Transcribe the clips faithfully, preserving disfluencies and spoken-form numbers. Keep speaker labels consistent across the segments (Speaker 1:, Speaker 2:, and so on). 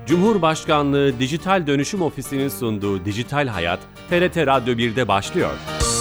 Speaker 1: Cumhurbaşkanlığı Dijital Dönüşüm Ofisi'nin sunduğu Dijital Hayat, T R T Radyo bir'de başlıyor.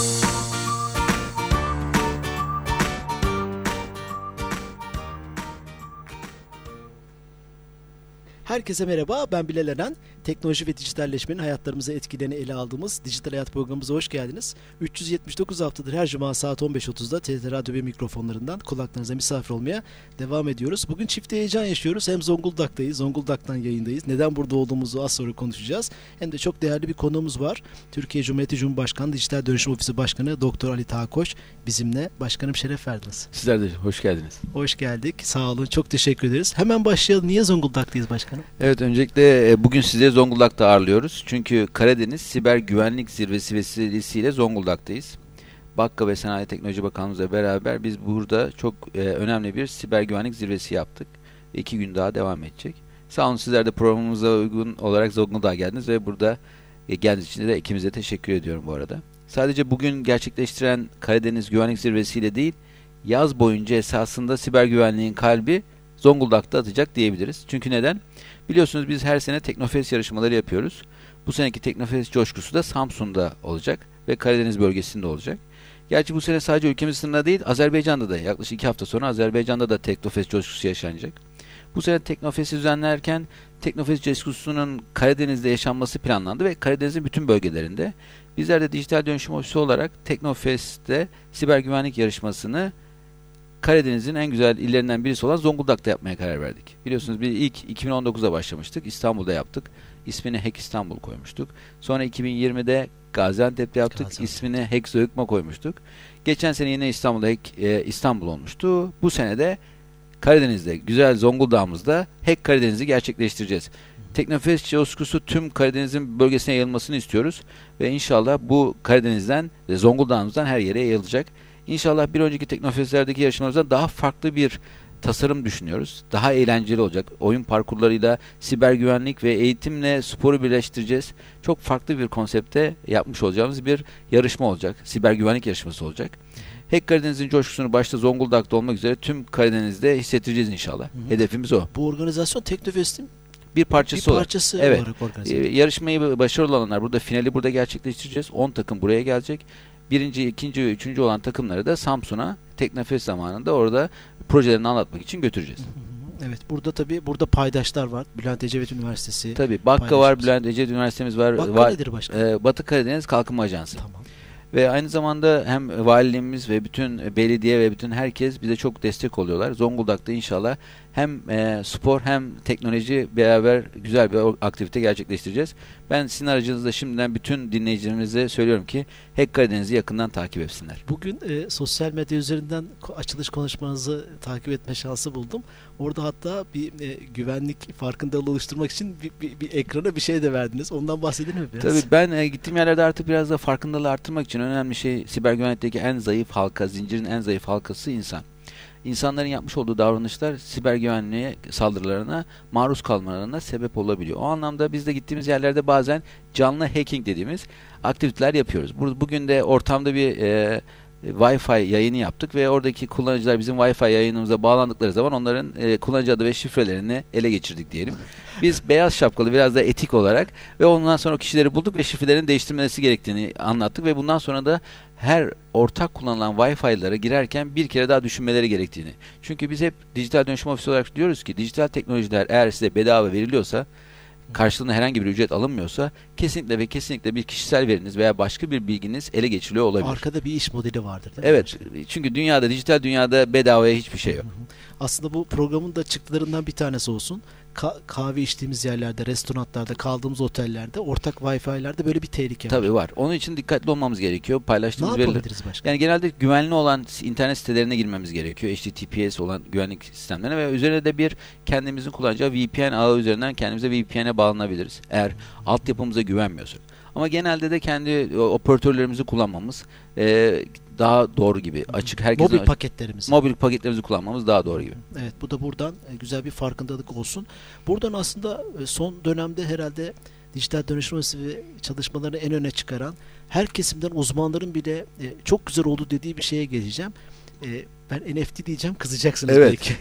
Speaker 2: Herkese merhaba, ben Bilal Eren. Teknoloji ve dijitalleşmenin hayatlarımıza etkilerini ele aldığımız Dijital Hayat programımıza hoş geldiniz. üç yüz yetmiş dokuz haftadır her cuma saat on beş otuzda T R T Radyo bir mikrofonlarından kulaklarınıza misafir olmaya devam ediyoruz. Bugün çift heyecan yaşıyoruz. Hem Zonguldak'tayız, Zonguldak'tan yayındayız. Neden burada olduğumuzu az sonra konuşacağız. Hem de çok değerli bir konuğumuz var. Türkiye Cumhuriyeti Cumhurbaşkanı Dijital Dönüşüm Ofisi Başkanı Doktor Ali Tağkoş bizimle. Başkanım şeref verdiniz.
Speaker 3: Sizler de hoş geldiniz.
Speaker 2: Hoş geldik. Sağ olun. Çok teşekkür ederiz. Hemen başlayalım. Niye Zonguldak'tayız başkanım?
Speaker 3: Evet, öncelikle bugün sizi Zonguldak'ta ağırlıyoruz. Çünkü Karadeniz Siber Güvenlik Zirvesi vesilesiyle Zonguldak'tayız. Bakka ve Sanayi Teknoloji Bakanlığımızla beraber biz burada çok e, önemli bir siber güvenlik zirvesi yaptık. İki gün daha devam edecek. Sağ olun, sizler de programımıza uygun olarak Zonguldak'a geldiniz ve burada e, geldiğiniz için de ikimize teşekkür ediyorum bu arada. Sadece bugün gerçekleştiren Karadeniz Güvenlik Zirvesi'yle değil, yaz boyunca esasında siber güvenliğin kalbi Zonguldak'ta atacak diyebiliriz. Çünkü neden? Biliyorsunuz biz her sene Teknofest yarışmaları yapıyoruz. Bu seneki Teknofest coşkusu da Samsun'da olacak ve Karadeniz bölgesinde olacak. Gerçi bu sene sadece ülkemiz sınırında değil, Azerbaycan'da da yaklaşık iki hafta sonra Azerbaycan'da da Teknofest coşkusu yaşanacak. Bu sene Teknofest'i düzenlerken Teknofest coşkusunun Karadeniz'de yaşanması planlandı ve Karadeniz'in bütün bölgelerinde. Bizler de Dijital Dönüşüm Ofisi olarak Teknofest'te siber güvenlik yarışmasını Karadeniz'in en güzel illerinden birisi olan Zonguldak'ta yapmaya karar verdik. Biliyorsunuz bir ilk iki bin on dokuzda başlamıştık. İstanbul'da yaptık. İsmini Hack İstanbul koymuştuk. Sonra iki bin yirmide Gaziantep'te yaptık. Gaziantep. İsmini Hack Söğütma koymuştuk. Geçen sene yine İstanbul'da Hack e, İstanbul olmuştu. Bu sene de Karadeniz'de, güzel Zonguldak'ımızda Hack Karadeniz'i gerçekleştireceğiz. Teknofest coşkusu tüm Karadeniz'in bölgesine yayılmasını istiyoruz. Ve inşallah bu Karadeniz'den ve Zonguldak'ımızdan her yere yayılacak. İnşallah bir önceki Teknofest'lerdeki yarışmalarımızda daha farklı bir tasarım düşünüyoruz. Daha eğlenceli olacak. Oyun parkurlarıyla, siber güvenlik ve eğitimle sporu birleştireceğiz. Çok farklı bir konsepte yapmış olacağımız bir yarışma olacak. Siber güvenlik yarışması olacak. Hack Karadeniz'in coşkusunu başta Zonguldak'ta olmak üzere tüm Karadeniz'de hissettireceğiz inşallah. Hı hı. Hedefimiz o.
Speaker 2: Bu organizasyon Teknofest'in
Speaker 3: bir parçası,
Speaker 2: bir parçası
Speaker 3: olarak,
Speaker 2: olarak
Speaker 3: evet.
Speaker 2: organize
Speaker 3: Ee, yarışmayı başarılı olanlar burada, finali burada gerçekleştireceğiz. on takım buraya gelecek. Birinci, ikinci ve üçüncü olan takımları da Samsun'a Teknofest zamanında orada projelerini anlatmak için götüreceğiz.
Speaker 2: Evet, burada tabii burada paydaşlar var. Bülent Ecevit Üniversitesi.
Speaker 3: Tabii Bakka var, Bülent Ecevit Üniversitemiz var.
Speaker 2: Bakka
Speaker 3: var,
Speaker 2: nedir başkan?
Speaker 3: E, Batı Karadeniz Kalkınma Ajansı.
Speaker 2: Tamam.
Speaker 3: Ve aynı zamanda hem valiliğimiz ve bütün belediye ve bütün herkes bize çok destek oluyorlar. Zonguldak'ta inşallah hem e, spor hem teknoloji beraber güzel bir aktivite gerçekleştireceğiz. Ben sizin aracınızda şimdiden bütün dinleyicilerimize söylüyorum ki Hack Karadeniz'i yakından takip etsinler.
Speaker 2: Bugün e, sosyal medya üzerinden açılış konuşmanızı takip etme şansı buldum. Orada hatta bir e, güvenlik farkındalığı oluşturmak için bir, bir, bir ekrana bir şey de verdiniz. Ondan bahsedelim mi biraz?
Speaker 3: Tabii ben e, gittiğim yerlerde artık biraz da farkındalığı arttırmak için önemli şey, siber güvenlikteki en zayıf halka, zincirin en zayıf halkası insan. İnsanların yapmış olduğu davranışlar siber güvenliğe saldırılarına maruz kalmalarına sebep olabiliyor. O anlamda biz de gittiğimiz yerlerde bazen canlı hacking dediğimiz aktiviteler yapıyoruz. Bugün de ortamda bir e, Wi-Fi yayını yaptık ve oradaki kullanıcılar bizim Wi-Fi yayınımıza bağlandıkları zaman onların e, kullanıcı adı ve şifrelerini ele geçirdik diyelim. Biz beyaz şapkalı biraz da etik olarak ve ondan sonra kişileri bulduk ve şifrelerin değiştirmesi gerektiğini anlattık ve bundan sonra da her ortak kullanılan Wi-Fi'lara girerken bir kere daha düşünmeleri gerektiğini. Çünkü biz hep dijital dönüşüm ofisi olarak diyoruz ki dijital teknolojiler eğer size bedava veriliyorsa, karşılığında herhangi bir ücret alınmıyorsa kesinlikle ve kesinlikle bir kişisel veriniz veya başka bir bilginiz ele geçiriliyor olabilir.
Speaker 2: Arkada bir iş modeli vardır değil mi?
Speaker 3: Evet. Çünkü dünyada, dijital dünyada bedavaya hiçbir şey yok.
Speaker 2: Aslında bu programın da çıktılarından bir tanesi olsun. Ka- kahve içtiğimiz yerlerde, restoranlarda, kaldığımız otellerde, ortak Wi-Fi'lerde böyle bir tehlike var.
Speaker 3: Tabii var. Onun için dikkatli olmamız gerekiyor. Paylaştığımız
Speaker 2: ne yapabiliriz başka?
Speaker 3: Yani genelde güvenli olan internet sitelerine girmemiz gerekiyor. H T T P S olan güvenlik sistemlerine ve üzerine de bir kendimizin kullanacağı V P N ağı üzerinden kendimize V P N'e bağlanabiliriz. Eğer altyapımıza güvenmiyorsak. Ama genelde de kendi operatörlerimizi kullanmamız e, daha doğru gibi. Açık herkesin
Speaker 2: mobil paketlerimizi.
Speaker 3: Mobil paketlerimizi kullanmamız daha doğru gibi.
Speaker 2: Evet, bu da buradan güzel bir farkındalık olsun. Buradan aslında son dönemde herhalde dijital dönüşüm ve çalışmalarını en öne çıkaran her kesimden uzmanların bile çok güzel oldu dediği bir şeye geleceğim. Ben N F T diyeceğim, kızacaksınız
Speaker 3: Evet.
Speaker 2: belki.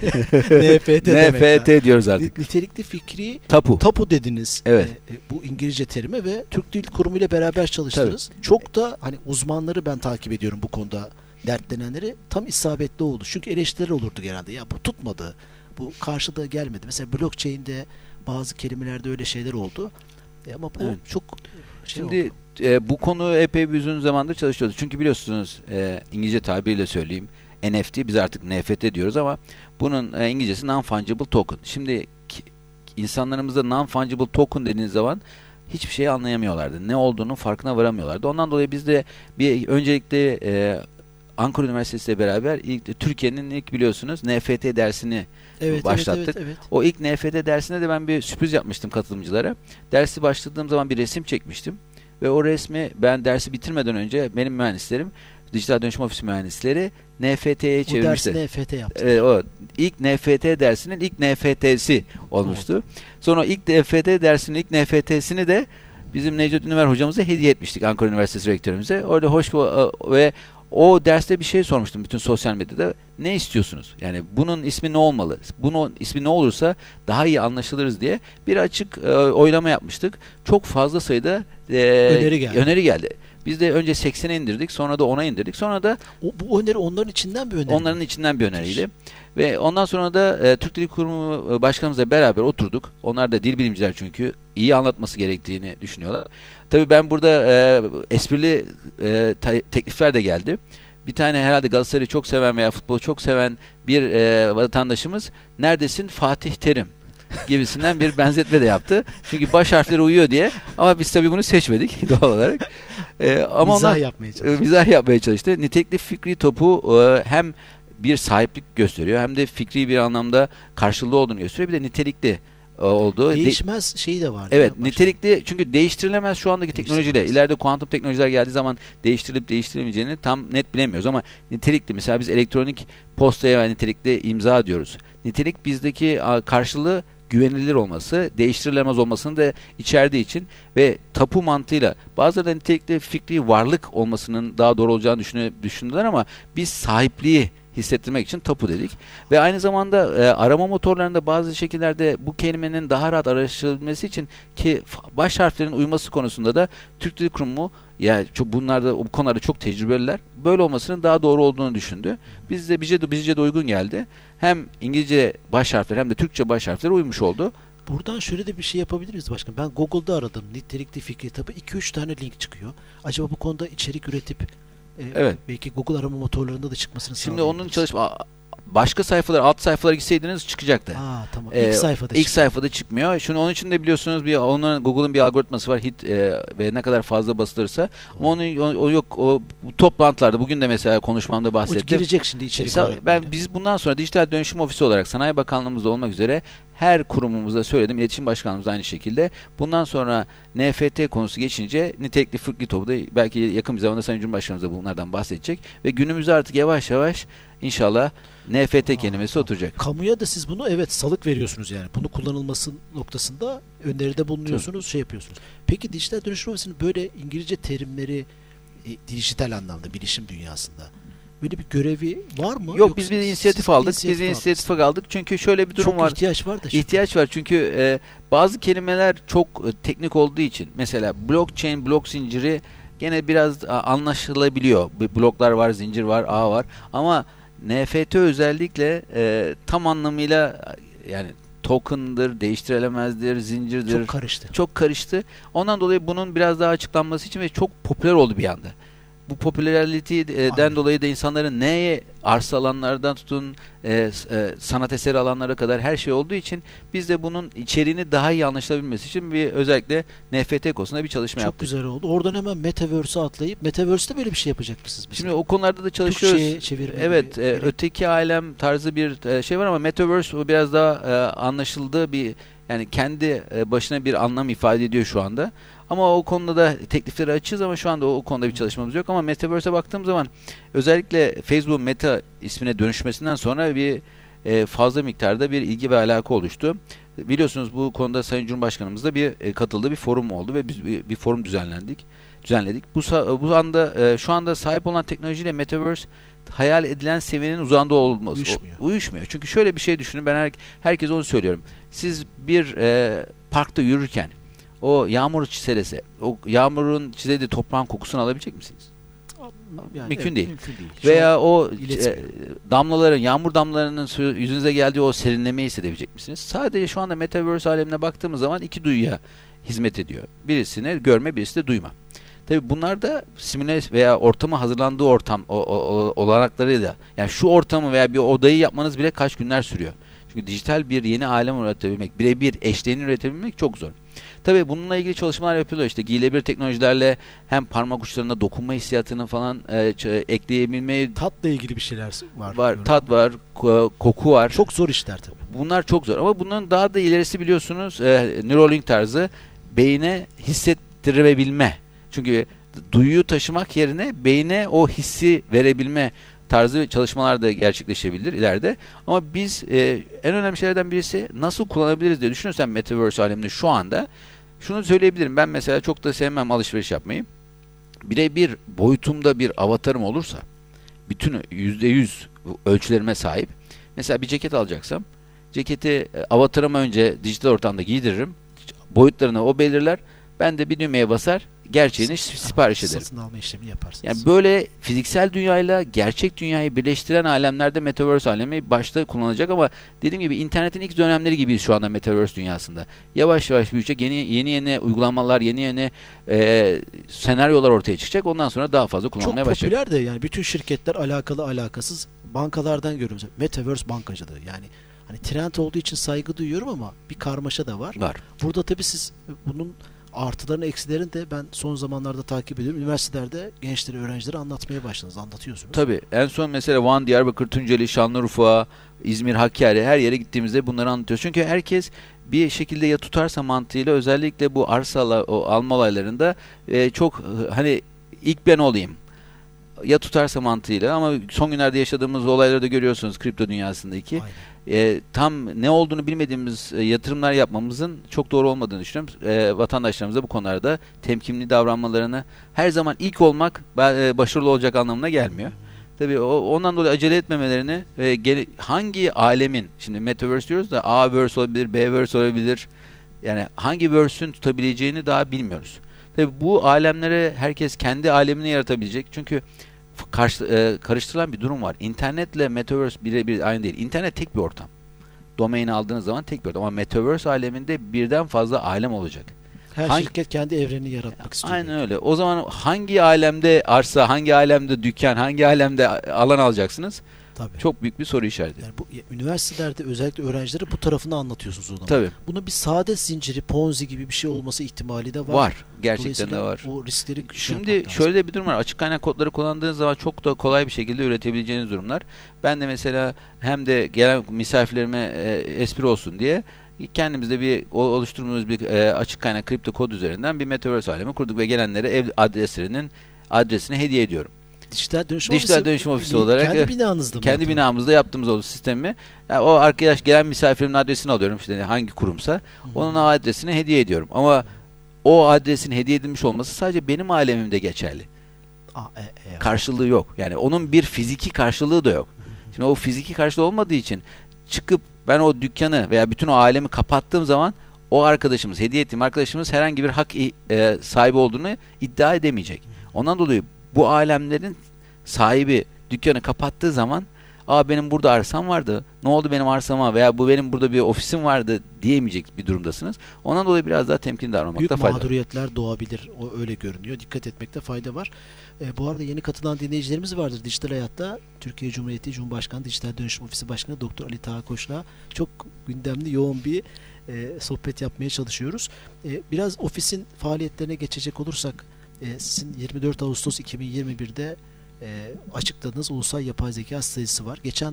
Speaker 2: N F T demek.
Speaker 3: N F T diyoruz
Speaker 2: ya.
Speaker 3: artık.
Speaker 2: Nitelikli fikri
Speaker 3: Tapu.
Speaker 2: tapu dediniz.
Speaker 3: Evet.
Speaker 2: E, e, bu İngilizce terimi ve Türk Dil Kurumu ile beraber çalıştınız. Çok da hani uzmanları ben takip ediyorum bu konuda, dertlenenleri tam isabetli oldu. Çünkü eleştiriler olurdu genelde. Ya bu tutmadı. Bu karşıda gelmedi. Mesela blockchain'de bazı kelimelerde öyle şeyler oldu. E, ama bu
Speaker 3: Evet.
Speaker 2: çok şey
Speaker 3: Şimdi
Speaker 2: oldu.
Speaker 3: e, bu konu epey bir uzun zamandır çalışıyoruz. Çünkü biliyorsunuz e, İngilizce tabiriyle söyleyeyim. N F T, biz artık N F T diyoruz ama bunun e, İngilizcesi non-fungible token. Şimdi ki, insanlarımızda non-fungible token dediğiniz zaman hiçbir şeyi anlayamıyorlardı. Ne olduğunu farkına varamıyorlardı. Ondan dolayı biz de bir öncelikle e, Ankara Üniversitesi ile beraber ilk Türkiye'nin ilk biliyorsunuz N F T dersini
Speaker 2: Evet,
Speaker 3: başlattık.
Speaker 2: Evet, evet, evet.
Speaker 3: O ilk N F T dersine de ben bir sürpriz yapmıştım katılımcılara. Dersi başladığım zaman bir resim çekmiştim. Ve o resmi ben dersi bitirmeden önce benim mühendislerim, Dijital Dönüşüm Ofisi mühendisleri N F T'ye
Speaker 2: O
Speaker 3: çevirmişler.
Speaker 2: dersi N F T yaptı.
Speaker 3: Ee, o ilk N F T dersinin ilk N F T'si olmuştu. Sonra ilk N F T dersinin ilk N F T'sini de bizim Necdet Ünver hocamıza hediye etmiştik, Ankara Üniversitesi rektörümüze. Orada hoş bir, ve o derste bir şey sormuştum bütün sosyal medyada. Ne istiyorsunuz? Yani bunun ismi ne olmalı? Bunun ismi ne olursa daha iyi anlaşılırız diye bir açık e, oylama yapmıştık. Çok fazla sayıda e,
Speaker 2: Öneri geldi.
Speaker 3: öneri geldi. Biz de önce seksene indirdik, sonra da ona indirdik. Sonra da
Speaker 2: O, bu öneri onların içinden bir öneri.
Speaker 3: onların içinden bir öneriydi. Ve ondan sonra da e, Türk Dil Kurumu e, başkanımızla beraber oturduk. Onlar da dil bilimciler, çünkü iyi anlatması gerektiğini düşünüyorlar. Tabii ben burada e, esprili e, ta- teklifler de geldi. Bir tane herhalde Galatasaray'ı çok seven veya futbolu çok seven bir e, vatandaşımız, neredesin Fatih Terim gibisinden bir benzetme de yaptı. Çünkü baş harfleri uyuyor diye. Ama biz tabii bunu seçmedik doğal olarak. E, ama
Speaker 2: Mizah
Speaker 3: onlar
Speaker 2: yapmaya
Speaker 3: e,
Speaker 2: çalışıyor.
Speaker 3: mizah yapmaya çalıştı. Nitelikli fikri topu e, hem bir sahiplik gösteriyor, hem de fikri bir anlamda karşılığı olduğunu gösteriyor. Bir de nitelikli e, olduğu. De-
Speaker 2: Değişmez şeyi de var.
Speaker 3: Evet,
Speaker 2: değil mi?
Speaker 3: nitelikli, çünkü değiştirilemez şu andaki teknolojiyle.
Speaker 2: Değiştirilemez.
Speaker 3: İleride kuantum teknolojiler geldiği zaman değiştirilip değiştirilmeyeceğini tam net bilemiyoruz ama nitelikli, mesela biz elektronik postaya ve nitelikli imza diyoruz. Nitelik bizdeki a, karşılığı güvenilir olması, değiştirilemez olmasını da içerdiği için ve tapu mantığıyla, bazıları da nitelikli fikri varlık olmasının daha doğru olacağını düşünü- düşündüler ama biz sahipliği hissettirmek için tapu dedik. Ve aynı zamanda e, arama motorlarında bazı şekillerde bu kelimenin daha rahat araştırılması için ki f- baş harflerin uyması konusunda da Türk Dil Kurumu, yani çok, bunlarda, bu konularda çok tecrübeliler. Böyle olmasının daha doğru olduğunu düşündü. Biz de bize de bizce de uygun geldi. Hem İngilizce baş harfler hem de Türkçe baş harfler uymuş oldu.
Speaker 2: Buradan şöyle de bir şey yapabiliriz başkanım. Ben Google'da aradım. Nitelikli fikri tabi iki üç tane link çıkıyor. Acaba bu konuda içerik üretip e,
Speaker 3: Evet.
Speaker 2: belki Google arama motorlarında da çıkmasını
Speaker 3: Şimdi
Speaker 2: sağlayabiliriz.
Speaker 3: onun çalışma başka sayfalar, alt sayfalara gitseydiniz çıkacaktı.
Speaker 2: Aa tamam.
Speaker 3: Ee,
Speaker 2: İlk sayfada
Speaker 3: İlk
Speaker 2: çıkıyor.
Speaker 3: sayfada çıkmıyor. Şunu onun için de biliyorsunuz, bir onun Google'ın bir algoritması var, hit e, ve ne kadar fazla basılırsa. Ama onun o, o yok, o bu toplantılarda bugün de mesela konuşmamda
Speaker 2: O
Speaker 3: bahsettim.
Speaker 2: girecek şimdi içerik
Speaker 3: Mesela
Speaker 2: olarak.
Speaker 3: ben
Speaker 2: böyle.
Speaker 3: biz bundan sonra Dijital Dönüşüm Ofisi olarak Sanayi Bakanlığımızda olmak üzere her kurumumuzda söyledim, İletişim Başkanlığımız aynı şekilde. Bundan sonra N F T konusu geçince nitelikli fikri topu da belki yakın bir zamanda Sayın Cumhurbaşkanımız da bunlardan bahsedecek ve günümüzde artık yavaş yavaş inşallah N F T
Speaker 2: Aa,
Speaker 3: kelimesi
Speaker 2: tamam.
Speaker 3: oturacak.
Speaker 2: Kamuya da siz bunu evet salık veriyorsunuz yani. Bunu kullanılması noktasında öneride bulunuyorsunuz, şey yapıyorsunuz. Peki dijital dönüşüm ofisinin böyle İngilizce terimleri e, dijital anlamda bilişim dünyasında böyle bir görevi var mı?
Speaker 3: Yok,
Speaker 2: Yoksa
Speaker 3: biz bir
Speaker 2: siz
Speaker 3: inisiyatif aldık. Biz
Speaker 2: inisiyatif
Speaker 3: inisiyatif aldık. Çünkü şöyle bir durum
Speaker 2: Çok
Speaker 3: var.
Speaker 2: ihtiyaç var da şimdi.
Speaker 3: İhtiyaç var çünkü e, bazı kelimeler çok e, teknik olduğu için, mesela blockchain, blok zinciri gene biraz a, anlaşılabiliyor. B- Bloklar var, zincir var, ağ var ama N F T özellikle e, tam anlamıyla e, yani token'dır, değiştirilemezdir, zincirdir.
Speaker 2: Çok karıştı.
Speaker 3: Çok karıştı. Ondan dolayı bunun biraz daha açıklanması için ve çok popüler oldu bir anda. Bu popülerlity'den
Speaker 2: Aynen.
Speaker 3: dolayı da insanların neye, arsa alanlardan tutun e, s- e, sanat eseri alanlara kadar her şey olduğu için biz de bunun içeriğini daha iyi anlaşılabilmesi için bir özellikle N F T konusunda bir çalışma
Speaker 2: Çok
Speaker 3: yaptık.
Speaker 2: güzel oldu. Oradan hemen Metaverse'e atlayıp Metaverse'de böyle bir şey yapacak mısınız? mesela?
Speaker 3: Şimdi o konularda da çalışıyoruz.
Speaker 2: Türkçe'ye çevirme
Speaker 3: Evet,
Speaker 2: gibi.
Speaker 3: e, öteki alem tarzı bir e, şey var ama Metaverse o biraz daha e, anlaşıldığı bir, yani kendi e, başına bir anlam ifade ediyor şu anda. Ama o konuda da teklifleri açığız ama şu anda o, o konuda bir çalışmamız yok. Ama Metaverse'e baktığım zaman özellikle Facebook Meta ismine dönüşmesinden sonra bir e, fazla miktarda bir ilgi ve alaka oluştu. Biliyorsunuz bu konuda Sayın Cumhurbaşkanımız da bir e, katıldığı bir forum oldu ve biz bir, bir forum düzenlendik. düzenledik. Bu bu anda e, şu anda sahip olan teknolojiyle Metaverse hayal edilen seviyenin uzağında olması
Speaker 2: uyuşmuyor.
Speaker 3: O, uyuşmuyor. Çünkü şöyle bir şey düşünün. Ben her, herkese onu söylüyorum. Siz bir e, parkta yürürken o yağmur çiselese, o yağmurun çizelediği toprağın kokusunu alabilecek misiniz?
Speaker 2: Yani
Speaker 3: mümkün
Speaker 2: evet,
Speaker 3: değil.
Speaker 2: Mümkün değil.
Speaker 3: Veya o
Speaker 2: iletmiyor.
Speaker 3: e, damlaların, yağmur damlalarının suyu, yüzünüze geldiği o serinlemeyi hissedebilecek misiniz? Sadece şu anda Metaverse alemine baktığımız zaman iki duyuya hizmet ediyor. Birisini görme, birisi de duyma. Tabii bunlar da simüle veya ortama hazırlandığı ortam o, o, o, olanaklarıyla, yani şu ortamı veya bir odayı yapmanız bile kaç günler sürüyor. Çünkü dijital bir yeni alem üretebilmek, birebir eşleğini üretebilmek çok zor. Tabii bununla ilgili çalışmalar yapılıyor. İşte giyilebilir teknolojilerle hem parmak uçlarına dokunma hissiyatını falan e, ekleyebilmeyi
Speaker 2: Tatla ilgili bir şeyler var.
Speaker 3: var,
Speaker 2: diyorum.
Speaker 3: tat var, ko- koku var.
Speaker 2: Çok zor işler tabii.
Speaker 3: Bunlar çok zor ama bunun daha da ilerisi biliyorsunuz e, Neuralink tarzı beyne hissettirebilme. Çünkü duyuyu taşımak yerine beyne o hissi verebilme tarzı çalışmalar da gerçekleşebilir ileride. Ama biz e, en önemli şeylerden birisi nasıl kullanabiliriz diye düşünürsen Metaverse aleminde şu anda şunu söyleyebilirim. Ben mesela çok da sevmem alışveriş yapmayı. Birebir boyutumda bir avatarım olursa bütün yüzde yüz ölçülerime sahip. Mesela bir ceket alacaksam ceketi e, avatarıma önce dijital ortamda giydiririm. Boyutlarını o belirler. Ben de bir düğmeye basar, gerçeğini sipariş ederim.
Speaker 2: Satın alma işlemi yaparsınız.
Speaker 3: Yani böyle fiziksel dünyayla gerçek dünyayı birleştiren alemlerde Metaverse alemi başta kullanılacak ama dediğim gibi internetin ilk dönemleri gibiyiz şu anda Metaverse dünyasında. Yavaş yavaş büyüyecek, yeni yeni yeni uygulamalar, yeni yeni e, senaryolar ortaya çıkacak. Ondan sonra daha fazla kullanılmaya
Speaker 2: çok
Speaker 3: başlayacak.
Speaker 2: popüler de yani bütün şirketler alakalı alakasız bankalardan görüyoruz. Metaverse bankacılığı yani hani trend olduğu için saygı duyuyorum ama bir karmaşa da var.
Speaker 3: Var.
Speaker 2: Burada tabii siz bunun artılarını eksilerini de ben son zamanlarda takip ediyorum. Üniversitelerde gençlere, öğrencilere anlatmaya başladınız, anlatıyorsunuz.
Speaker 3: Tabii. En son mesela Van, Diyarbakır, Tunceli, Şanlıurfa, İzmir, Hakkari her yere gittiğimizde bunları anlatıyoruz. Çünkü herkes bir şekilde ya tutarsa mantığıyla özellikle bu arsa o alma olaylarında e, çok hani ilk ben olayım. Ya tutarsa mantığıyla ama son günlerde yaşadığımız olayları da görüyorsunuz kripto dünyasındaki. E, tam ne olduğunu bilmediğimiz e, yatırımlar yapmamızın çok doğru olmadığını düşünüyorum. E, vatandaşlarımıza bu konularda temkinli davranmalarını her zaman ilk olmak e, başarılı olacak anlamına gelmiyor. Tabii o, ondan dolayı acele etmemelerini e, gel, hangi alemin şimdi Metaverse diyoruz da A-verse olabilir, B-verse olabilir. Yani hangi verse'ün tutabileceğini daha bilmiyoruz. Tabii bu alemlere herkes kendi alemini yaratabilecek. Çünkü Karşı, e, karıştırılan bir durum var. İnternetle Metaverse birebir aynı değil. İnternet tek bir ortam. Domaini aldığınız zaman tek bir ortam. Ama Metaverse aleminde birden fazla alem olacak.
Speaker 2: Her
Speaker 3: hangi,
Speaker 2: şirket kendi evrenini yaratmak istiyor.
Speaker 3: Aynen öyle. O zaman hangi alemde arsa, hangi alemde dükkan, hangi alemde alan alacaksınız?
Speaker 2: Tabii.
Speaker 3: Çok büyük bir soru işareti.
Speaker 2: Yani bu üniversitelerde özellikle öğrencilere bu tarafını anlatıyorsunuz o zaman.
Speaker 3: Tabii.
Speaker 2: Bunun bir saadet zinciri, Ponzi gibi bir şey olması ihtimali de var.
Speaker 3: Var. Gerçekten de var.
Speaker 2: O riskleri
Speaker 3: Şimdi şöyle de bir durum var. Açık kaynak kodları kullandığınız zaman çok da kolay bir şekilde üretebileceğiniz durumlar. Ben de mesela hem de gelen misafirlerime e, espri olsun diye kendimizde bir oluşturduğumuz bir e, açık kaynak kripto kod üzerinden bir Metaverse alemi kurduk ve gelenlere ev adreslerinin adresini hediye ediyorum.
Speaker 2: Dijital dönüşüm
Speaker 3: Dijital
Speaker 2: ofisi,
Speaker 3: dönüşüm ofisi olarak
Speaker 2: kendi binanızda mı?
Speaker 3: Kendi
Speaker 2: yaptınız?
Speaker 3: binamızda yaptığımız o sistemi. Yani o arkadaş gelen misafirimin adresini alıyorum işte hangi kurumsa. Hı-hı. Onun o adresini hediye ediyorum. Ama o adresin hediye edilmiş olması sadece benim alemimde geçerli.
Speaker 2: Aa, e, e,
Speaker 3: Karşılığı yok. Yani onun bir fiziki karşılığı da yok. Hı-hı. Şimdi o fiziki karşılığı olmadığı için çıkıp ben o dükkanı veya bütün o alemi kapattığım zaman o arkadaşımız, hediye ettiğim arkadaşımız herhangi bir hak e, sahibi olduğunu iddia edemeyecek. Ondan dolayı bu alemlerin sahibi dükkanı kapattığı zaman aa benim burada arsam vardı, ne oldu benim arsama veya bu benim burada bir ofisim vardı diyemeyecek bir durumdasınız. Ondan dolayı biraz daha temkinli davranmakta
Speaker 2: büyük
Speaker 3: fayda var.
Speaker 2: Büyük mağduriyetler doğabilir. O öyle görünüyor. Dikkat etmekte fayda var. E, bu arada yeni katılan dinleyicilerimiz vardır. Dijital Hayat'ta Türkiye Cumhuriyeti Cumhurbaşkanı Dijital Dönüşüm Ofisi Başkanı Doktor Ali Taha Koç'la çok gündemli, yoğun bir e, sohbet yapmaya çalışıyoruz. E, biraz ofisin faaliyetlerine geçecek olursak e, sizin yirmi dört Ağustos iki bin yirmi bir'de e, açıkladığınız ulusal yapay zeka stratejisi var. Geçen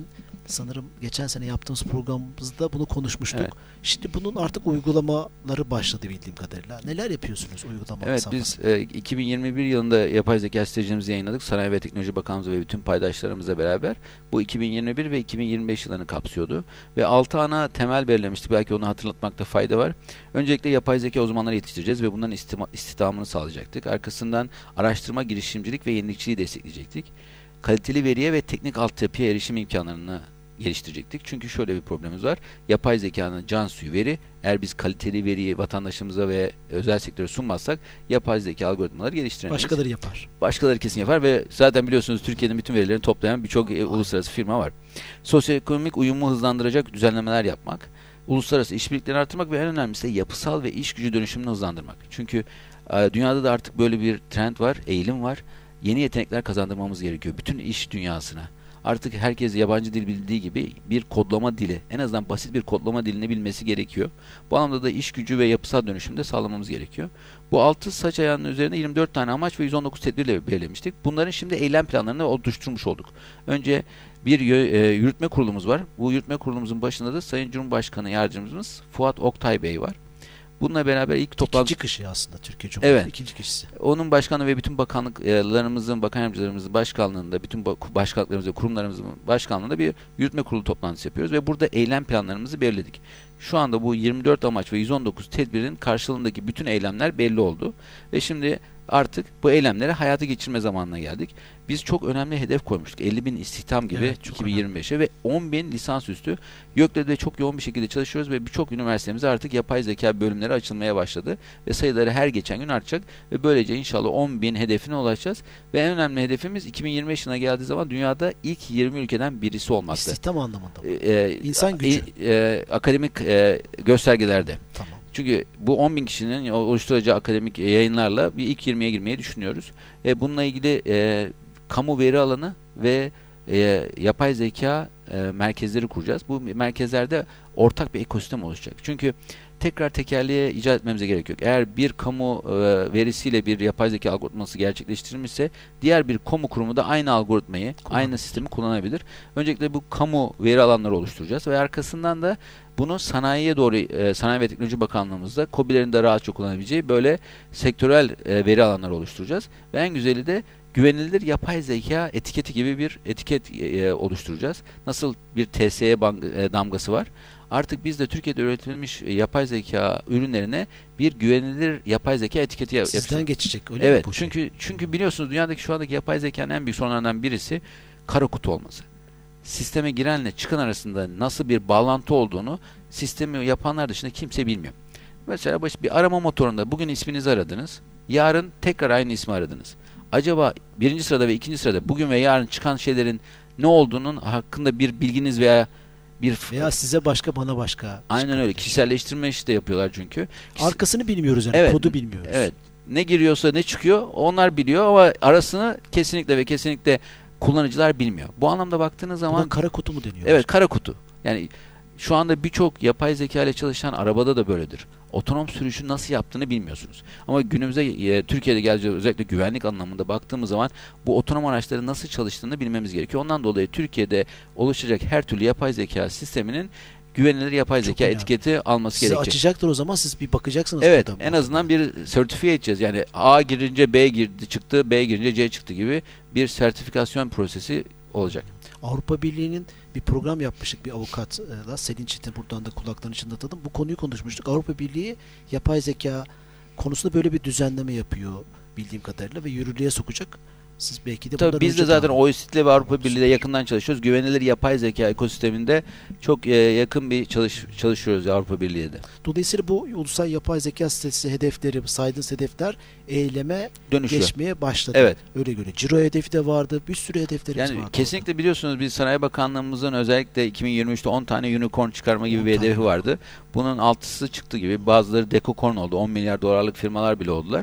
Speaker 2: Sanırım geçen sene yaptığımız programımızda bunu konuşmuştuk.
Speaker 3: Evet.
Speaker 2: Şimdi bunun artık uygulamaları başladı bildiğim kadarıyla. Neler yapıyorsunuz uygulama
Speaker 3: Evet,
Speaker 2: safhasında?
Speaker 3: biz e, iki bin yirmi bir yılında yapay zeka stratejimizi yayınladık. Sanayi ve Teknoloji Bakanlığımız ve bütün paydaşlarımızla beraber. Bu iki bin yirmi bir ve iki bin yirmi beş yıllarını kapsıyordu. Ve altı ana temel belirlemiştik. Belki onu hatırlatmakta fayda var. Öncelikle yapay zeka uzmanları yetiştireceğiz ve bunların istima- istihdamını sağlayacaktık. Arkasından araştırma, girişimcilik ve yenilikçiliği destekleyecektik. Kaliteli veriye ve teknik altyapıya erişim imkanlarını geliştirecektik. Çünkü şöyle bir problemimiz var. Yapay zekanın can suyu veri. Eğer biz kaliteli veriyi vatandaşımıza ve özel sektöre sunmazsak yapay zeka algoritmaları geliştiremeyiz.
Speaker 2: Başkaları yapar.
Speaker 3: Başkaları kesin yapar ve zaten biliyorsunuz Türkiye'nin bütün verilerini toplayan birçok e, uluslararası firma var. Sosyoekonomik uyumu hızlandıracak düzenlemeler yapmak, uluslararası işbirliklerini artırmak ve en önemlisi de yapısal ve iş gücü dönüşümünü hızlandırmak. Çünkü e, dünyada da artık böyle bir trend var, eğilim var. Yeni yetenekler kazandırmamız gerekiyor bütün iş dünyasına. Artık herkes yabancı dil bildiği gibi bir kodlama dili, en azından basit bir kodlama dilini bilmesi gerekiyor. Bu anlamda da iş gücü ve yapısal dönüşümü de sağlamamız gerekiyor. Bu altı saç ayağının üzerinde yirmi dört tane amaç ve yüz on dokuz tedbirle belirlemiştik. Bunların şimdi eylem planlarını oluşturmuş olduk. Önce bir e, yürütme kurulumuz var. Bu yürütme kurulumuzun başında da Sayın Cumhurbaşkanı Yardımcımız Fuat Oktay Bey var. Bununla beraber ilk toplantı...
Speaker 2: İkinci kışı aslında Türkiye Cumhuriyeti.
Speaker 3: Evet.
Speaker 2: İkinci kışısı.
Speaker 3: Onun başkanlığı ve bütün bakanlıklarımızın, bakan yardımcılarımızın başkanlığında, bütün başkanlıklarımızın ve kurumlarımızın başkanlığında bir yürütme kurulu toplantısı yapıyoruz ve burada eylem planlarımızı belirledik. Şu anda bu yirmi dört amaç ve yüz on dokuz tedbirin karşılığındaki bütün eylemler belli oldu ve şimdi artık bu eylemleri hayata geçirme zamanına geldik. Biz çok önemli hedef koymuştuk. elli bin istihdam gibi
Speaker 2: Evet,
Speaker 3: iki bin yirmi beşe ve on bin lisansüstü. YÖK'le de çok yoğun bir şekilde çalışıyoruz ve birçok üniversitemizde artık yapay zeka bölümleri açılmaya başladı ve sayıları her geçen gün artacak ve böylece inşallah on bin hedefine ulaşacağız ve en önemli hedefimiz iki bin yirmi beş yılına geldiği zaman dünyada ilk yirmi ülkeden birisi olmakta.
Speaker 2: İstihdam anlamında mı?
Speaker 3: Ee,
Speaker 2: İnsan gücü.
Speaker 3: E, e, akademik e, göstergelerde.
Speaker 2: Tamam.
Speaker 3: Çünkü bu on bin kişinin oluşturacağı akademik yayınlarla bir ilk yirmiye girmeyi düşünüyoruz. E, bununla ilgili e, kamu veri alanı ve e, yapay zeka e, merkezleri kuracağız. Bu merkezlerde ortak bir ekosistem oluşacak. Çünkü tekrar tekerleğe icat etmemize gerek yok. Eğer bir kamu e, verisiyle bir yapay zeka algoritması gerçekleştirilmişse diğer bir kamu kurumu da aynı algoritmayı, aynı sistemi kullanabilir. Öncelikle bu kamu veri alanları oluşturacağız ve arkasından da bunu sanayiye doğru, e, Sanayi ve Teknoloji Bakanlığımızda KOBİ'lerin de rahatça kullanabileceği böyle sektörel e, veri alanları oluşturacağız. Ve en güzeli de güvenilir yapay zeka etiketi gibi bir etiket e, oluşturacağız. Nasıl bir T S E e, damgası var. Artık biz de Türkiye'de üretilmiş e, yapay zeka ürünlerine bir güvenilir yapay zeka etiketi yapacağız.
Speaker 2: Sizden geçecek öyle
Speaker 3: Evet,
Speaker 2: mi bu
Speaker 3: çünkü
Speaker 2: şey?
Speaker 3: çünkü biliyorsunuz dünyadaki şu andaki yapay zekanın en büyük sorunlarından birisi kara kutu olması. Sisteme girenle çıkan arasında nasıl bir bağlantı olduğunu sistemi yapanlar dışında kimse bilmiyor. Mesela baş, bir arama motorunda bugün isminizi aradınız, yarın tekrar aynı ismi aradınız. Acaba birinci sırada ve ikinci sırada bugün ve yarın çıkan şeylerin ne olduğunun hakkında bir bilginiz veya bir
Speaker 2: Veya size başka bana başka.
Speaker 3: aynen öyle kişiselleştirme işi de yapıyorlar çünkü.
Speaker 2: Arkasını bilmiyoruz yani
Speaker 3: Evet,
Speaker 2: kodu bilmiyoruz.
Speaker 3: Evet. Ne giriyorsa ne çıkıyor onlar biliyor ama arasını kesinlikle ve kesinlikle kullanıcılar bilmiyor. Bu anlamda baktığınız zaman
Speaker 2: Buna kara kutu mu deniyor?
Speaker 3: evet, kara kutu. Yani şu anda birçok yapay zeka ile çalışan arabada da böyledir. Otonom sürüşü nasıl yaptığını bilmiyorsunuz. Ama günümüzde e, Türkiye'de geleceği özellikle güvenlik anlamında baktığımız zaman bu otonom araçların nasıl çalıştığını bilmemiz gerekiyor. Ondan dolayı Türkiye'de oluşacak her türlü yapay zeka sisteminin güvenilir yapay
Speaker 2: Çok
Speaker 3: zeka
Speaker 2: önemli.
Speaker 3: etiketi alması
Speaker 2: Size
Speaker 3: gerekecek.
Speaker 2: açacaktır o zaman siz bir bakacaksınız.
Speaker 3: Evet,
Speaker 2: koda.
Speaker 3: en azından bir sertifiye edeceğiz. Yani A girince B girdi çıktı, B girince C çıktı gibi bir sertifikasyon prosesi olacak.
Speaker 2: Avrupa Birliği'nin bir program yapmıştık bir avukatla. Selin Çetin buradan da kulaklarını çınlatalım. Bu konuyu konuşmuştuk. Avrupa Birliği yapay zeka konusunda böyle bir düzenleme yapıyor bildiğim kadarıyla ve yürürlüğe sokacak. Siz belki de
Speaker 3: Tabii
Speaker 2: bundan
Speaker 3: biz
Speaker 2: önce
Speaker 3: de zaten
Speaker 2: tahmin-
Speaker 3: O E C D ve Avrupa Birliği ile yakından çalışıyoruz. Güvenilir yapay zeka ekosisteminde çok e, yakın bir çalış çalışıyoruz Avrupa Birliği'yle de.
Speaker 2: Dolayısıyla bu ulusal yapay zeka sitesi hedefleri, saydığınız hedefler eyleme
Speaker 3: Dönüşüyor.
Speaker 2: geçmeye başladı.
Speaker 3: Evet.
Speaker 2: Öyle göre. Ciro hedefi de vardı. Bir sürü hedeflerimiz
Speaker 3: Yani
Speaker 2: vardı.
Speaker 3: kesinlikle biliyorsunuz biz Sanayi Bakanlığımızın özellikle iki bin yirmi üçte on tane unicorn çıkarma gibi
Speaker 2: on
Speaker 3: bir
Speaker 2: tane.
Speaker 3: hedefi vardı. Bunun altısı çıktı gibi. Bazıları dekokorn oldu. on milyar dolarlık firmalar bile oldular.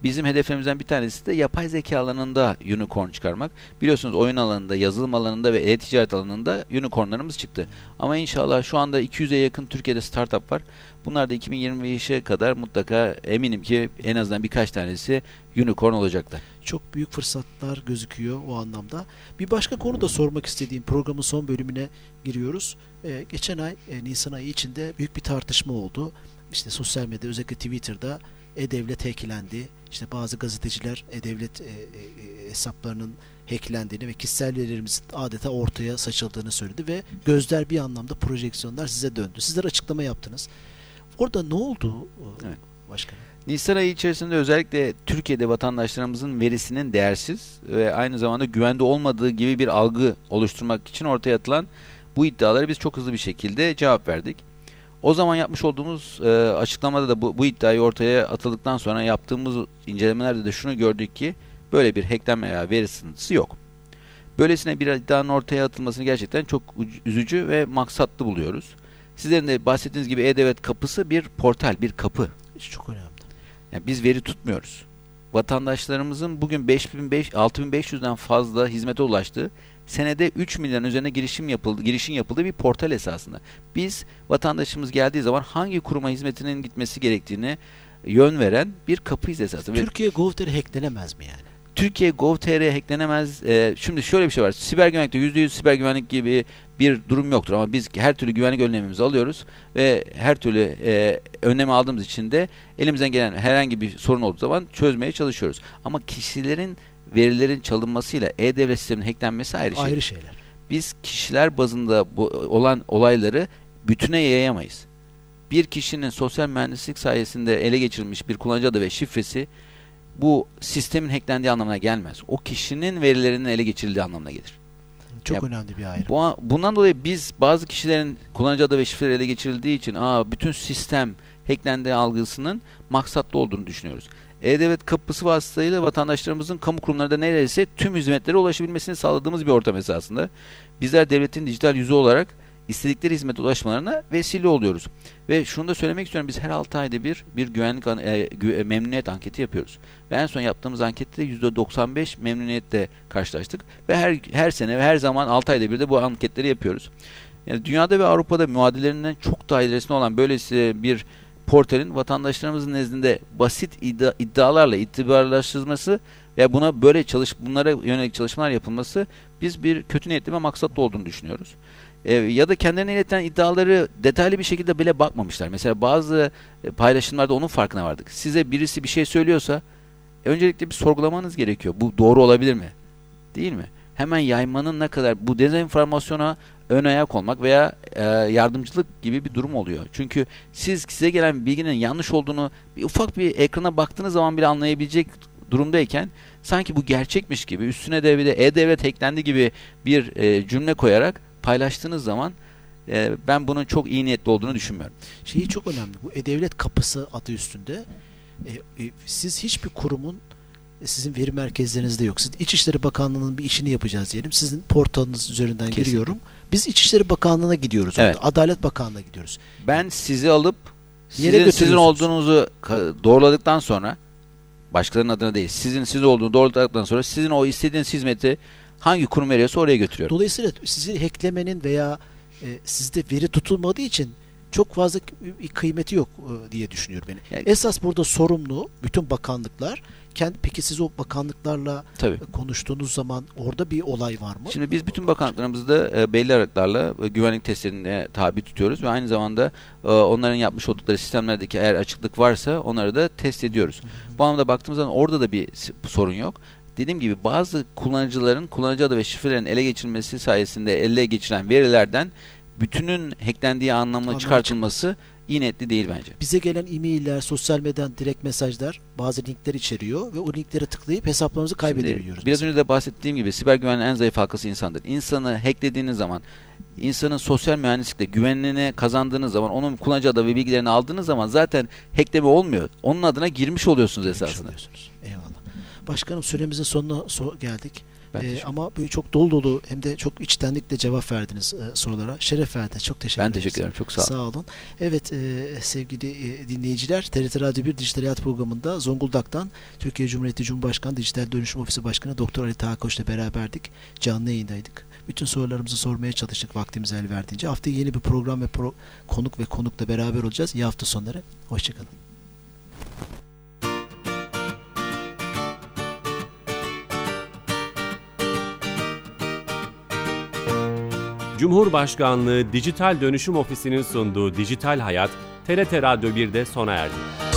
Speaker 3: Bizim hedeflerimizden bir tanesi de yapay zeka alanında unicorn çıkarmak. Biliyorsunuz oyun alanında, yazılım alanında ve e-ticaret alanında unicornlarımız çıktı. Ama inşallah şu anda iki yüze yakın Türkiye'de startup var. Bunlar da iki bin yirmi beşe kadar mutlaka eminim ki en azından birkaç tanesi unicorn olacaklar.
Speaker 2: Çok büyük fırsatlar gözüküyor o anlamda. Bir başka konu da sormak istediğim, programın son bölümüne giriyoruz. Ee, geçen ay e, Nisan ayı içinde büyük bir tartışma oldu. İşte sosyal medyada, özellikle Twitter'da e-devlet hacklendi. İşte bazı gazeteciler e-devlet e, e, hesaplarının hacklendiğini ve kişisel verilerimizin adeta ortaya saçıldığını söyledi ve gözler bir anlamda, projeksiyonlar size döndü. Sizler açıklama yaptınız. Orada ne oldu
Speaker 3: Evet.
Speaker 2: başkanım?
Speaker 3: Nisan ayı içerisinde özellikle Türkiye'de vatandaşlarımızın verisinin değersiz ve aynı zamanda güvende olmadığı gibi bir algı oluşturmak için ortaya atılan bu iddiaları biz çok hızlı bir şekilde cevap verdik. O zaman yapmış olduğumuz e, açıklamada da bu, bu iddiayı ortaya atıldıktan sonra yaptığımız incelemelerde de şunu gördük ki böyle bir hacklenme veya veri sızıntısı yok. Böylesine bir iddianın ortaya atılmasını gerçekten çok üzücü ve maksatlı buluyoruz. Sizlerin de bahsettiğiniz gibi E-Devlet kapısı bir portal, bir kapı.
Speaker 2: Çok önemli.
Speaker 3: Yani biz veri tutmuyoruz. Vatandaşlarımızın bugün beş bin beş altı bin beş yüzden fazla hizmete ulaştığı, senede üç milyon üzerine girişim yapıldı, girişim yapıldığı bir portal esasında. Biz vatandaşımız geldiği zaman hangi kuruma hizmetinin gitmesi gerektiğini yön veren bir kapıyız esasında.
Speaker 2: Türkiye Gov.tr hacklenemez mi yani?
Speaker 3: Türkiye Gov.tr hacklenemez. Ee, şimdi şöyle bir şey var. Siber güvenlikte yüzde yüz siber güvenlik gibi bir durum yoktur ama biz her türlü güvenlik önlemimizi alıyoruz ve her türlü e, önlemi aldığımız için de elimizden gelen herhangi bir sorun olduğu zaman çözmeye çalışıyoruz. Ama kişilerin verilerin çalınmasıyla e-devlet sisteminin hacklenmesi ayrı şey.
Speaker 2: Ayrı şeyler.
Speaker 3: Biz kişiler bazında bu, olan olayları bütüne yayamayız. Bir kişinin sosyal mühendislik sayesinde ele geçirilmiş bir kullanıcı adı ve şifresi bu sistemin hacklendiği anlamına gelmez. O kişinin verilerinin ele geçirildiği anlamına gelir.
Speaker 2: Çok
Speaker 3: Ya,
Speaker 2: önemli bir ayrım.
Speaker 3: Bu, bundan dolayı biz bazı kişilerin kullanıcı adı ve şifreleri ele geçirildiği için aa bütün sistem hacklendiği algısının maksatlı olduğunu düşünüyoruz. E-Devlet kapısı vasıtasıyla vatandaşlarımızın kamu kurumlarında neredeyse tüm hizmetlere ulaşabilmesini sağladığımız bir ortam esasında. Bizler devletin dijital yüzü olarak istedikleri hizmete ulaşmalarına vesile oluyoruz. Ve şunu da söylemek istiyorum. Biz her altı ayda bir bir güvenlik e, gü, memnuniyet anketi yapıyoruz. Ve en son yaptığımız ankette yüzde doksan beş memnuniyetle karşılaştık. Ve her her sene ve her zaman altı ayda bir de bu anketleri yapıyoruz. Yani dünyada ve Avrupa'da muadillerinden çok daha ilerisinde olan böylesi bir portalin vatandaşlarımızın nezdinde basit iddia, iddialarla itibarlaştırılması ve buna böyle çalış bunlara yönelik çalışmalar yapılması biz bir kötü niyetli ve maksatlı olduğunu düşünüyoruz. E, ya da kendilerine iletilen iddiaları detaylı bir şekilde bile bakmamışlar. Mesela bazı e, paylaşımlarda onun farkına vardık. Size birisi bir şey söylüyorsa öncelikle bir sorgulamanız gerekiyor. Bu doğru olabilir mi? Değil mi? Hemen yaymanın ne kadar bu dezenformasyona ön ayak olmak veya e, yardımcılık gibi bir durum oluyor. Çünkü siz size gelen bilginin yanlış olduğunu bir ufak bir ekrana baktığınız zaman bile anlayabilecek durumdayken sanki bu gerçekmiş gibi üstüne de bir de e-devlet hacklendi gibi bir e, cümle koyarak paylaştığınız zaman e, ben bunun çok iyi niyetli olduğunu düşünmüyorum.
Speaker 2: Şeyi çok önemli. Bu e-devlet kapısı adı üstünde. E, e, siz hiçbir kurumun e, sizin veri merkezlerinizde yok. Siz İçişleri Bakanlığı'nın bir işini yapacağız diyelim. Sizin portalınız üzerinden
Speaker 3: Kesinlikle.
Speaker 2: giriyorum. Biz İçişleri Bakanlığı'na gidiyoruz.
Speaker 3: Evet.
Speaker 2: Orada. Adalet Bakanlığı'na gidiyoruz.
Speaker 3: Ben sizi alıp
Speaker 2: Yere
Speaker 3: sizin, sizin
Speaker 2: götürüyorsunuz.
Speaker 3: olduğunuzu ka- doğruladıktan sonra başkalarının adına değil, sizin siz olduğunu doğruladıktan sonra sizin o istediğiniz hizmeti hangi kurum veriyorsa oraya götürüyorum.
Speaker 2: Dolayısıyla sizi hacklemenin veya e, sizde veri tutulmadığı için çok fazla bir kıymeti yok e, diye düşünüyorum beni.
Speaker 3: Yani-
Speaker 2: Esas burada sorumlu bütün bakanlıklar. Kendi, peki siz o bakanlıklarla
Speaker 3: Tabii.
Speaker 2: konuştuğunuz zaman orada bir olay var mı?
Speaker 3: Şimdi biz bütün bakanlıklarımızda e, belli aralıklarla e, güvenlik testlerine tabi tutuyoruz ve aynı zamanda e, onların yapmış oldukları sistemlerdeki eğer açıklık varsa onları da test ediyoruz. Bu anlamda baktığımız zaman orada da bir s- sorun yok. Dediğim gibi bazı kullanıcıların kullanıcı adı ve şifrelerin ele geçirilmesi sayesinde ele geçirilen verilerden bütünün hacklendiği anlamına
Speaker 2: Anlam
Speaker 3: çıkartılması iyi niyetli değil bence.
Speaker 2: Bize gelen e-mailler, sosyal medyadan direkt mesajlar bazı linkler içeriyor ve o linklere tıklayıp hesaplarımızı kaybedebiliyoruz.
Speaker 3: Şimdi, biraz önce de bahsettiğim gibi siber güvenliğin en zayıf halkası insandır. İnsanı hacklediğiniz zaman, insanın sosyal mühendislikte güvenliğini kazandığınız zaman, onun kullanıcı adı ve bilgilerini aldığınız zaman zaten hackleme olmuyor. Onun adına girmiş oluyorsunuz
Speaker 2: Girmiş
Speaker 3: esasında.
Speaker 2: oluyorsunuz. Eyvallah. Başkanım, süremizin sonuna so- geldik.
Speaker 3: Ben
Speaker 2: Ee,
Speaker 3: teşekkür,
Speaker 2: ama böyle çok dolu dolu hem de çok içtenlikle cevap verdiniz e, sorulara. Şeref verdiniz. Çok teşekkür
Speaker 3: ben
Speaker 2: ederim.
Speaker 3: teşekkür ederim. Çok sağ olun.
Speaker 2: Sağ olun. Evet e, sevgili e, dinleyiciler, T R T Radyo bir Dijital Hayat programında Zonguldak'tan Türkiye Cumhuriyeti Cumhurbaşkanı Dijital Dönüşüm Ofisi Başkanı Doktor Ali Taha Koç'la beraberdik. Canlı yayındaydık. Bütün sorularımızı sormaya çalıştık vaktimiz el verdiğince. Haftaya yeni bir program ve pro, konuk ve konukla beraber olacağız. İyi hafta sonları. Hoşçakalın.
Speaker 1: Cumhurbaşkanlığı Dijital Dönüşüm Ofisi'nin sunduğu Dijital Hayat, T R T Radyo birde sona erdi.